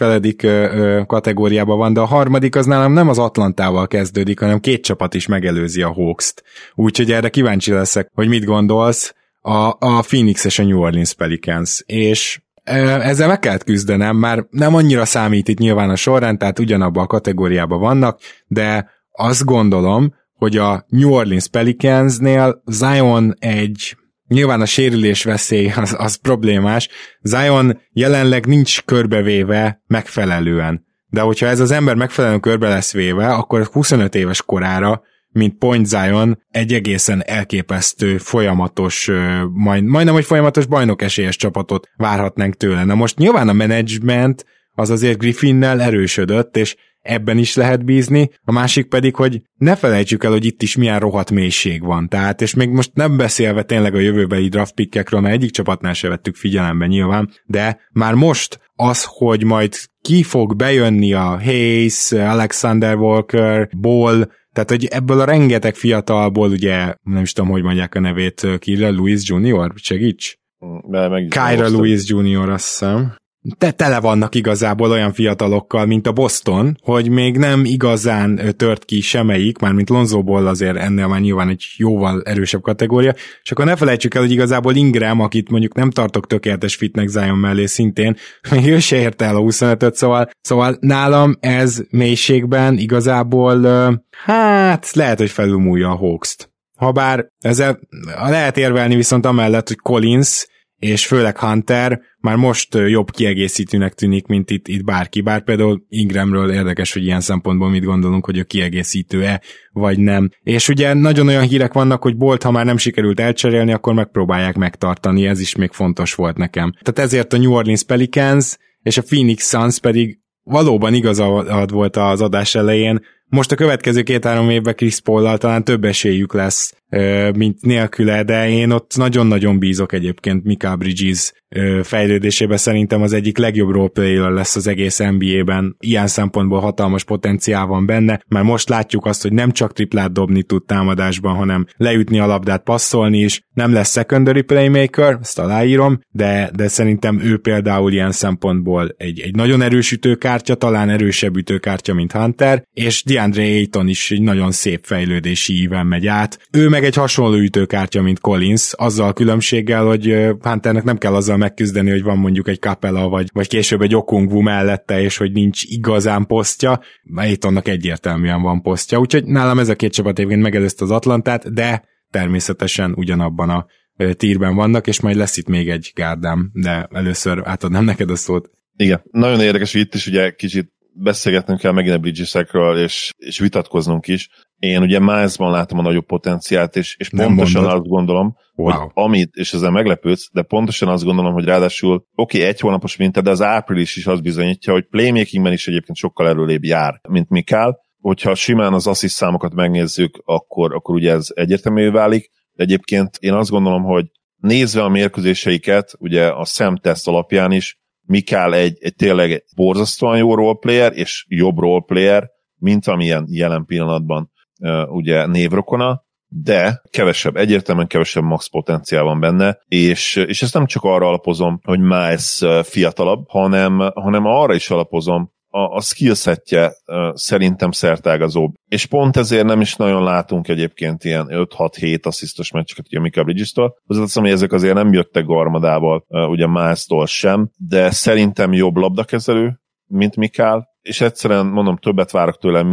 2,5 kategóriában van, de a harmadik az nálam nem az Atlantával kezdődik, hanem 2 csapat is megelőzi a Hawks-t. Úgyhogy erre kíváncsi leszek, hogy mit gondolsz, a Phoenix és a New Orleans Pelicans. És ezzel meg kellett küzdenem, már nem annyira számít itt nyilván a sorrend, tehát ugyanabban a kategóriában vannak, de azt gondolom, hogy a New Orleans Pelicansnél Zion nyilván a sérülés veszély az problémás, Zion jelenleg nincs körbevéve megfelelően, de hogyha ez az ember megfelelően körbe lesz véve, akkor 25 éves korára, mint Point Zion, egy egészen elképesztő, folyamatos, majdnem, hogy folyamatos bajnokesélyes csapatot várhatnánk tőle. Na most nyilván a menedzsment az azért Griffinnel erősödött, és ebben is lehet bízni, a másik pedig, hogy ne felejtsük el, hogy itt is milyen rohadt mélység van. Tehát, és még most nem beszélve tényleg a jövőbeli draft pickekről, mert egyik csapatnál se vettük figyelembe nyilván, de már most az, hogy majd ki fog bejönni a Hayes, Alexander Walker, Ball, tehát, hogy ebből a rengeteg fiatalból, ugye, nem is tudom, hogy mondják a nevét, Kira Lewis Jr., segíts? Kyra Lewis Jr., azt hiszem. Tele vannak igazából olyan fiatalokkal, mint a Boston, hogy még nem igazán tört ki semmelyik, mármint Lonzo Ball azért ennél már nyilván egy jóval erősebb kategória, és akkor ne felejtsük el, hogy igazából Ingram, akit mondjuk nem tartok tökéletes fitnek Zion mellé szintén, még ő se érte el a 25-öt, szóval nálam ez mélységben igazából hát lehet, hogy felülmúlja a Hawks-t. Habár ezzel lehet érvelni viszont amellett, hogy Collins és főleg Hunter már most jobb kiegészítőnek tűnik, mint itt bárki. Bár például Ingramről érdekes, hogy ilyen szempontból mit gondolunk, hogy a kiegészítő-e, vagy nem. És ugye nagyon olyan hírek vannak, hogy Bolt, ha már nem sikerült elcserélni, akkor megpróbálják megtartani, ez is még fontos volt nekem. Tehát ezért a New Orleans Pelicans és a Phoenix Suns pedig valóban igazad volt az adás elején. Most a következő 2-3 évben Chris Paul-lal talán több esélyük lesz, mint nélküle, de én ott nagyon-nagyon bízok egyébként Mikal Bridges fejlődésébe, szerintem az egyik legjobb roleplayer lesz az egész NBA-ben, ilyen szempontból hatalmas potenciál van benne, mert most látjuk azt, hogy nem csak triplát dobni tud támadásban, hanem leütni a labdát, passzolni is, nem lesz secondary playmaker, ezt aláírom, de szerintem ő például ilyen szempontból egy nagyon erős ütőkártya, talán erősebb ütőkártya, mint Hunter, és DeAndre Ayton is egy nagyon szép fejlődési íven megy át. Ő meg egy hasonló ütőkártya, mint Collins, azzal a különbséggel, hogy Hunternek nem kell azzal megküzdeni, hogy van mondjuk egy Capella, vagy később egy Okongwu mellette, és hogy nincs igazán posztja, Aytonnak egyértelműen van posztja, úgyhogy nálam ez a 2 csapat egyébként megelőzte az Atlantát, de természetesen ugyanabban a tírben vannak, és majd lesz itt még egy gárdám, de először átadnám neked a szót. Igen, nagyon érdekes, hogy itt is ugye kicsit beszélgetnünk kell megint a Bridges-ekről, és vitatkoznunk is. Én ugye Milesban látom a nagyobb potenciált, és pontosan azt gondolom, hogy amit, és ezzel meglepődsz, de pontosan azt gondolom, hogy ráadásul egy hónapos minta, de az április is azt bizonyítja, hogy playmakingben is egyébként sokkal előrébb jár, mint Mikál. Hogyha simán az assziszt számokat megnézzük, akkor ugye ez egyértelművé válik. De egyébként én azt gondolom, hogy nézve a mérkőzéseiket, ugye a szemteszt alapján is, Mikál egy tényleg borzasztóan jó roleplayer, és jobb roleplayer, mint amilyen jelen pillanatban ugye névrokona, de egyértelműen kevesebb max potenciál van benne, és ezt nem csak arra alapozom, hogy Miles fiatalabb, hanem arra is alapozom, a skillsetje szerintem szertágazóbb. És pont ezért nem is nagyon látunk egyébként ilyen 5-6-7 asszisztos meccseket ugye Mikal Bridges-től. Hozzáteszem, hogy ezek azért nem jöttek garmadával, ugye Miles-tól sem, de szerintem jobb labdakezelő, mint Mikal, és egyszerűen mondom, többet várok tőle,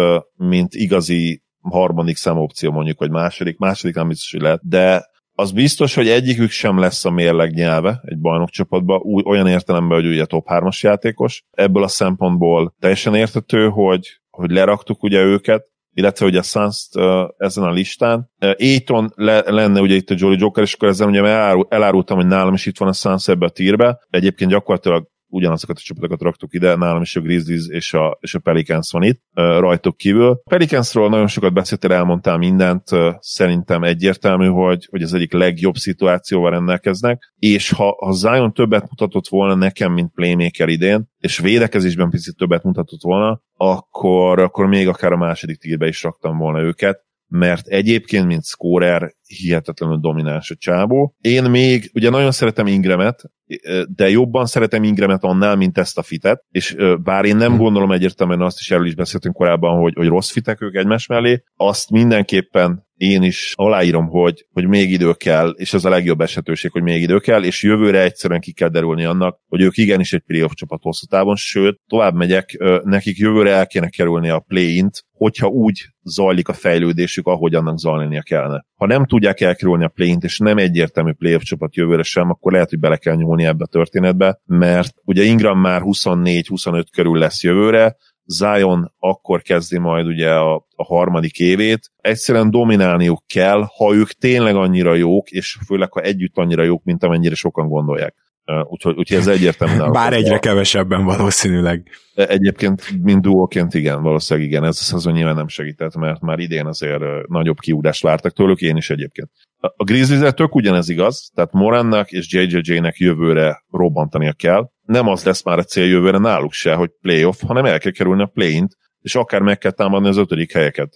mint igazi harmadik számú opció mondjuk, vagy második nem biztos, hogy lehet, de az biztos, hogy egyikük sem lesz a mérleg nyelve egy bajnokcsapatban, olyan értelemben, hogy ugye top 3-as játékos. Ebből a szempontból teljesen érthető, hogy leraktuk ugye őket, illetve ugye a Suns ezen a listán. Ayton lenne ugye itt a Jolly Joker, és akkor ezzel ugye elárultam, hogy nálam is itt van a Suns ebbe a tírbe. Egyébként gyakorlatilag ugyanazokat a csapatokat raktuk ide, nálam is a Grizzlies és a Pelicans van itt, rajtuk kívül. A Pelicansról nagyon sokat beszéltél, elmondtál mindent, szerintem egyértelmű, hogy az egyik legjobb szituációval rendelkeznek, és ha Zion többet mutatott volna nekem, mint playmaker idén, és védekezésben picit többet mutatott volna, akkor még akár a második tírbe is raktam volna őket, mert egyébként, mint scorer, hihetetlenül domináns a csábó. Én még, ugye nagyon szeretem Ingramet, de jobban szeretem Ingramet annál, mint ezt a fitet, és bár én nem gondolom egyértelműen, azt is erről is beszéltünk korábban, hogy rossz fitek ők egymás mellé, azt mindenképpen én is aláírom, hogy még idő kell, és ez a legjobb esetőség, hogy még idő kell, és jövőre egyszerűen ki kell derülni annak, hogy ők igenis egy playoff csapat hosszú távon, sőt, tovább megyek, nekik jövőre el kéne kerülni a play-int, hogyha úgy zajlik a fejlődésük, ahogy annak zajlania kellene. Ha nem tudják elkerülni a play-int, és nem egyértelmű playoff csapat jövőre sem, akkor lehet, hogy bele kell nyúlni ebbe a történetbe, mert ugye Ingram már 24-25 körül lesz jövőre, Zion akkor kezdi majd ugye a harmadik évét. Egyszerűen dominálniuk kell, ha ők tényleg annyira jók, és főleg, ha együtt annyira jók, mint amennyire sokan gondolják. Úgyhogy ez egyértelműen... Bár egyre kevesebben valószínűleg. Egyébként, mint duóként igen, valószínűleg igen. Ez azon nyilván nem segített, mert már idén azért nagyobb kiudást vártak tőlük, én is egyébként. A Grizzlies-el tök ugyanez igaz, tehát Morannak és JJJ-nek jövőre robbantania kell. Nem az lesz már a cél jövőre náluk se, hogy playoff, hanem el kell kerülni a play-int, és akár meg kell támadni az ötödik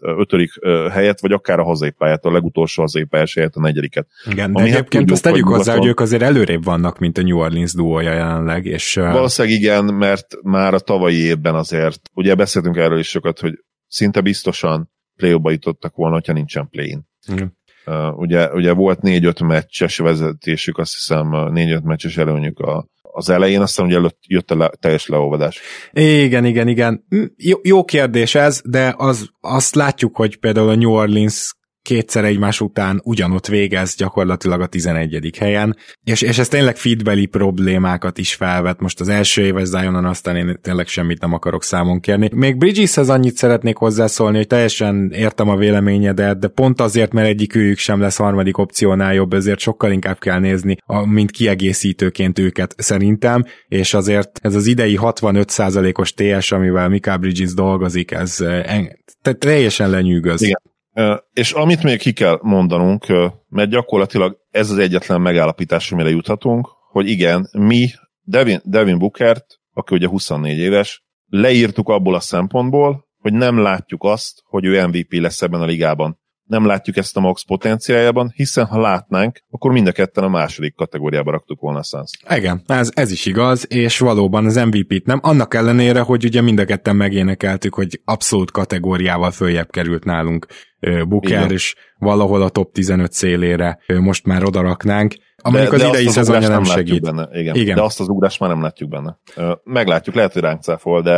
helyet, vagy akár a hazai pályát, a legutolsó hazai pályás helyet, a negyediket. Igen, de egyébként azt tegyük hozzá, hogy ők azért előrébb vannak, mint a New Orleans duója jelenleg. És, valószínűleg igen, mert már a tavalyi évben azért, ugye beszéltünk erről is sokat, hogy szinte biztosan play-offba jutottak volna, ha nincsen play-in. Ugye volt 4-5 meccses vezetésük, azt hiszem 4-5 meccses előnyük az elején, aztán ugye jött a teljes leolvadás. Igen. Jó kérdés ez, de azt látjuk, hogy például a New Orleans kétszer egymás után ugyanott végez gyakorlatilag a 11. helyen, és ez tényleg feedbeli problémákat is felvet. Most az első éves Zionon, aztán én tényleg semmit nem akarok számon kérni. Még Bridgeshez annyit szeretnék hozzászólni, hogy teljesen értem a véleményedet, de pont azért, mert egyikőjük sem lesz harmadik opciónál jobb, ezért sokkal inkább kell nézni, mint kiegészítőként őket szerintem, és azért ez az idei 65%-os TS, amivel Mikal Bridges dolgozik, ez teljesen lenyűgöz. Igen. És amit még ki kell mondanunk, mert gyakorlatilag ez az egyetlen megállapítás, amire juthatunk, hogy igen, mi Devin Bookert, aki ugye 24 éves, leírtuk abból a szempontból, hogy nem látjuk azt, hogy ő MVP lesz ebben a ligában. Nem látjuk ezt a max potenciájában, hiszen ha látnánk, akkor mind a ketten a második kategóriába raktuk volna a Suns. Igen, ez is igaz, és valóban az MVP-t nem, annak ellenére, hogy ugye mind a ketten megénekeltük, hogy abszolút kategóriával följebb került nálunk Booker, és valahol a top 15 szélére most már odaraknánk. Amikor az idei szezonja nem segít. Benne. Igen. De azt az ugrást már nem látjuk benne. Meglátjuk, lehet, hogy ránk cáfol, de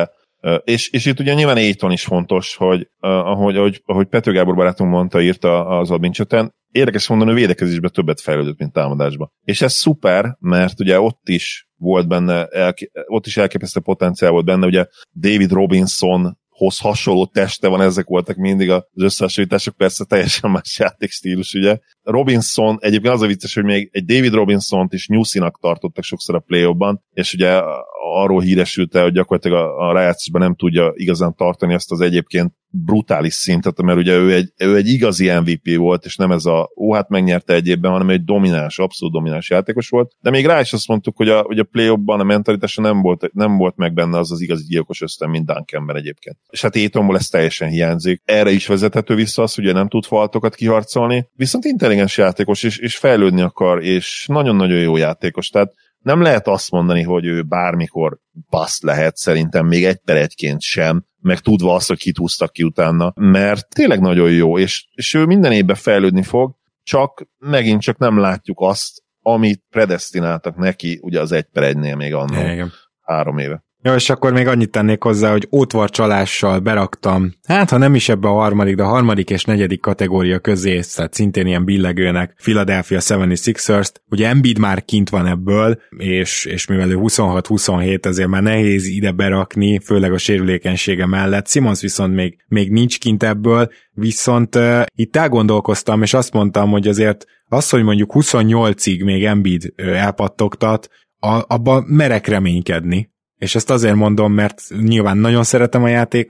És itt ugye nyilván Ayton is fontos, hogy ahogy Pető Gábor barátunk mondta, írta az admin-cseten, érdekes mondani, hogy védekezésben többet fejlődött, mint támadásban. És ez szuper, mert ugye ott is volt benne, ott is elképesztő potenciál volt benne, ugye David Robinsonhoz hasonló teste van, ezek voltak mindig az összehasonlítások, persze teljesen más játékstílus, ugye. Robinson, egyébként az a vicces, hogy még egy David Robinsont is nyuszinak tartottak sokszor a play-offban, és ugye arról híresült el, hogy gyakorlatilag a rájátszásban nem tudja igazán tartani ezt az egyébként brutális szintet, mert ugye ő egy igazi MVP volt, és nem ez hát megnyerte egy évben, hanem egy domináns, abszolút domináns játékos volt, de még rá is azt mondtuk, hogy a play-offban a mentalitása nem volt meg benne az igazi gyilkos ösztön, mint Duncanben egyébként. És hát Aytonból ez teljesen hiányzik. Erre is vezethető vissza az, hogy nem tud faltokat kiharcolni, viszont intelligens játékos, és fejlődni akar, és nagyon-nagyon jó játékos, tehát nem lehet azt mondani, hogy ő bármikor baszt lehet, szerintem még 1-1-ként sem, meg tudva azt, hogy kit húztak ki utána, mert tényleg nagyon jó, és ő minden évben fejlődni fog, csak megint csak nem látjuk azt, amit predesztináltak neki, ugye az 1-1-nél még annak 3 éve. Ja, és akkor még annyit tennék hozzá, hogy ótvar csalással beraktam, hát ha nem is ebbe a harmadik, de a harmadik és negyedik kategória közé, tehát szintén ilyen billegőnek Philadelphia 76ers-t. Ugye Embiid már kint van ebből, és mivel ő 26-27, ezért már nehéz ide berakni, főleg a sérülékenysége mellett. Simmons viszont még nincs kint ebből, viszont itt elgondolkoztam, és azt mondtam, hogy azért az, hogy mondjuk 28-ig még Embiid elpattogtat, abban merek reménykedni. És ezt azért mondom, mert nyilván nagyon szeretem a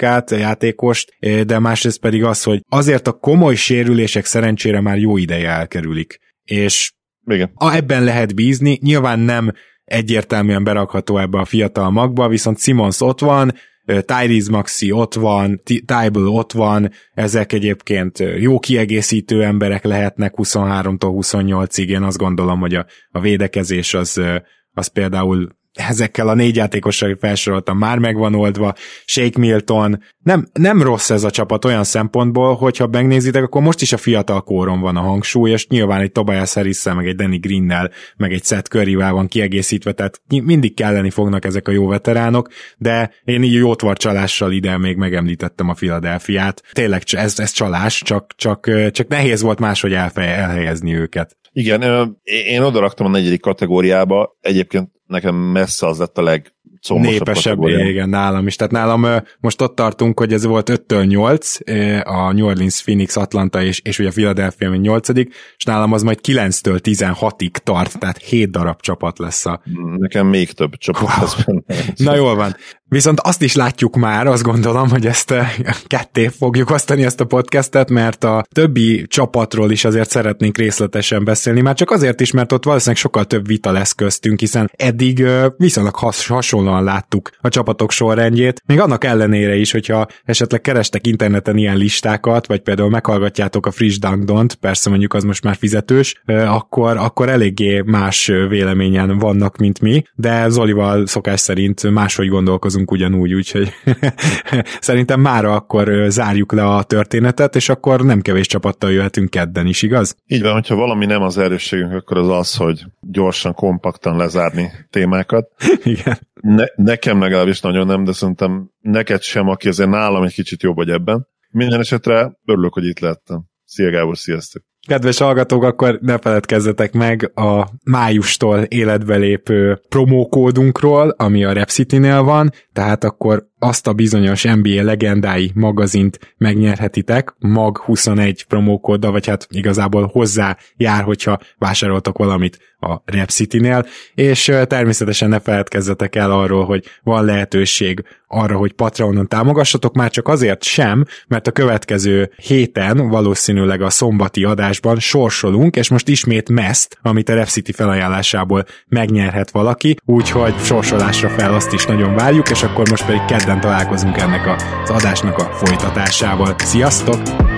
játékost, de másrészt pedig az, hogy azért a komoly sérülések szerencsére már jó ideje elkerülik. És ebben lehet bízni, nyilván nem egyértelműen berakható ebbe a fiatal magba, viszont Simmons ott van, Tyrese Maxey ott van, Tybal ott van, ezek egyébként jó kiegészítő emberek lehetnek 23-tól 28-ig, én azt gondolom, hogy a védekezés az például ezekkel a 4 játékossal felsoroltam, már megvan oldva, Shake Milton, nem rossz ez a csapat olyan szempontból, hogyha megnézitek, akkor most is a fiatal kóron van a hangsúly, és nyilván egy Tobias Harris-szel, meg egy Danny Greennel, meg egy Seth Curryvel van kiegészítve, tehát mindig kelleni fognak ezek a jó veteránok, de én így jótvar csalással ide még megemlítettem a Philadelphiát. Tényleg ez csalás, csak nehéz volt máshogy elhelyezni őket. Igen, én odaraktam a 4. kategóriába, egyébként nekem messze az lett a legcombosabb népesebb, kategória. Igen, nálam is. Tehát nálam most ott tartunk, hogy ez volt 5-től 8, a New Orleans, Phoenix, Atlanta és ugye a Philadelphia, mint 8, és nálam az majd 9-től 16-ig tart, tehát 7 darab csapat lesz Nekem még több csapat lesz benne. Na jól van. Viszont azt is látjuk már, azt gondolom, hogy ezt ketté fogjuk osztani ezt a podcastet, mert a többi csapatról is azért szeretnénk részletesen beszélni, már csak azért is, mert ott valószínűleg sokkal több vita lesz köztünk, hiszen eddig viszonylag hasonlóan láttuk a csapatok sorrendjét, még annak ellenére is, hogyha esetleg kerestek interneten ilyen listákat, vagy például meghallgatjátok a Friss Dunkdont, persze mondjuk az most már fizetős, akkor eléggé más véleményen vannak, mint mi, de Zolival szokás szerint máshogy gondolkozunk ugyanúgy, úgyhogy szerintem mára akkor zárjuk le a történetet, és akkor nem kevés csapattal jöhetünk kedden is, igaz? Így van, hogyha valami nem az erősségünk, akkor az, hogy gyorsan, kompaktan lezárni témákat. Igen. Nekem legalábbis nagyon nem, de szerintem neked sem, aki azért nálam egy kicsit jobb vagy ebben. Minden esetre örülök, hogy itt lehettem. Szia Gábor, sziasztok! Kedves hallgatók, akkor ne feledkezzetek meg a májustól életbe lépő promókódunkról, ami a Rep City-nél van, tehát akkor azt a bizonyos NBA legendái magazint megnyerhetitek, MAG21 promókóddal, vagy hát igazából hozzá jár, hogyha vásároltok valamit a Rep City-nél, és természetesen ne feledkezzetek el arról, hogy van lehetőség arra, hogy Patreonon támogassatok, már csak azért sem, mert a következő héten, valószínűleg a szombati adásban sorsolunk, és most ismét Meszt, amit a Rep City felajánlásából megnyerhet valaki, úgyhogy sorsolásra fel azt is nagyon várjuk, és akkor most pedig kedden találkozunk ennek az adásnak a folytatásával. Sziasztok!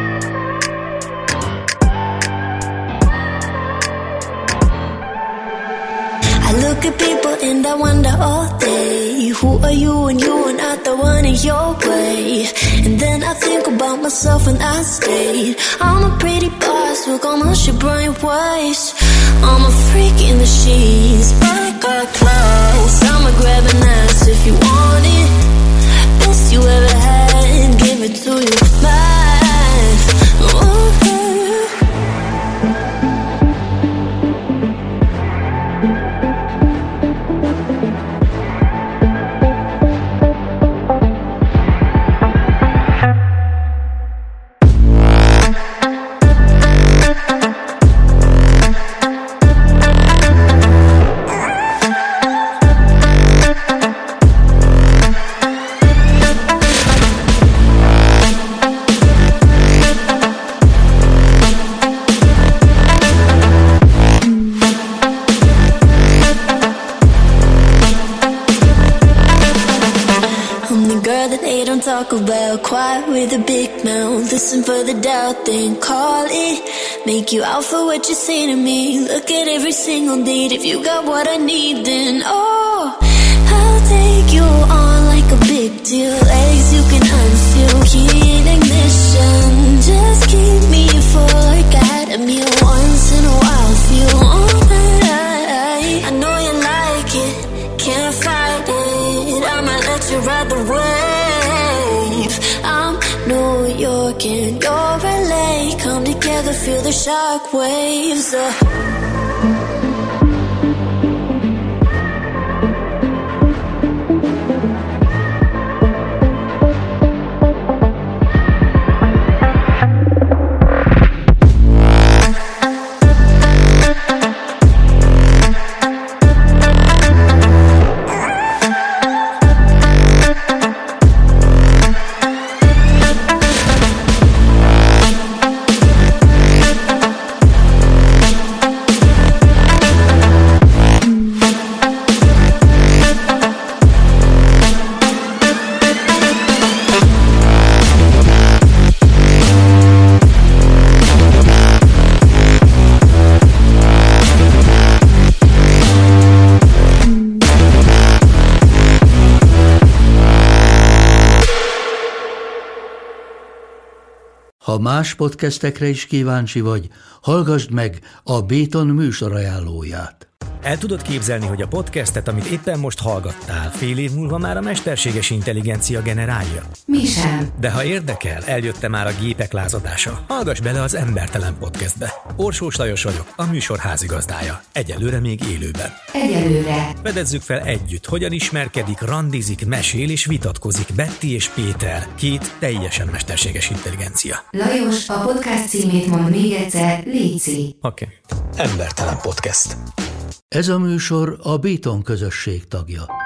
I look at people and I wonder all day, who are you and you are not the one in your way. And then I think about myself and I say, I'm a pretty boss, look on your brain waist. I'm a freak in the sheets, but I got clothes. I'ma grab an ass if you want it. best you ever had, give it to you, mine. Ooh. Talk about quiet with a big mouth. Listen for the doubt, then call it. Make you out for what you say to me. Look at every single date. If you got what I need, then oh, I'll take you on like a big deal. Legs you can unseal, key in ignition. Just keep me full like I had a meal once in a while. Feel all that I know you like it. Can't fight it. I'ma let you ride the wave. I'm New York and you're LA. Come together, feel the shock waves. Ha más podcastekre is kíváncsi vagy, hallgassd meg a Béton műsorajánlóját. El tudod képzelni, hogy a podcastet, amit éppen most hallgattál, fél év múlva már a mesterséges intelligencia generálja? Mi sem. De ha érdekel, eljött már a gépek lázadása. Hallgass bele az Embertelen Podcastbe. Orsós Lajos vagyok, a műsor házigazdája. Egyelőre még élőben. Egyelőre. Fedezzük fel együtt, hogyan ismerkedik, randizik, mesél és vitatkozik Betty és Péter, két teljesen mesterséges intelligencia. Lajos, a podcast címét mond még egyszer, léci. Oké. Embertelen Podcast. Ez a műsor a Béton közösség tagja.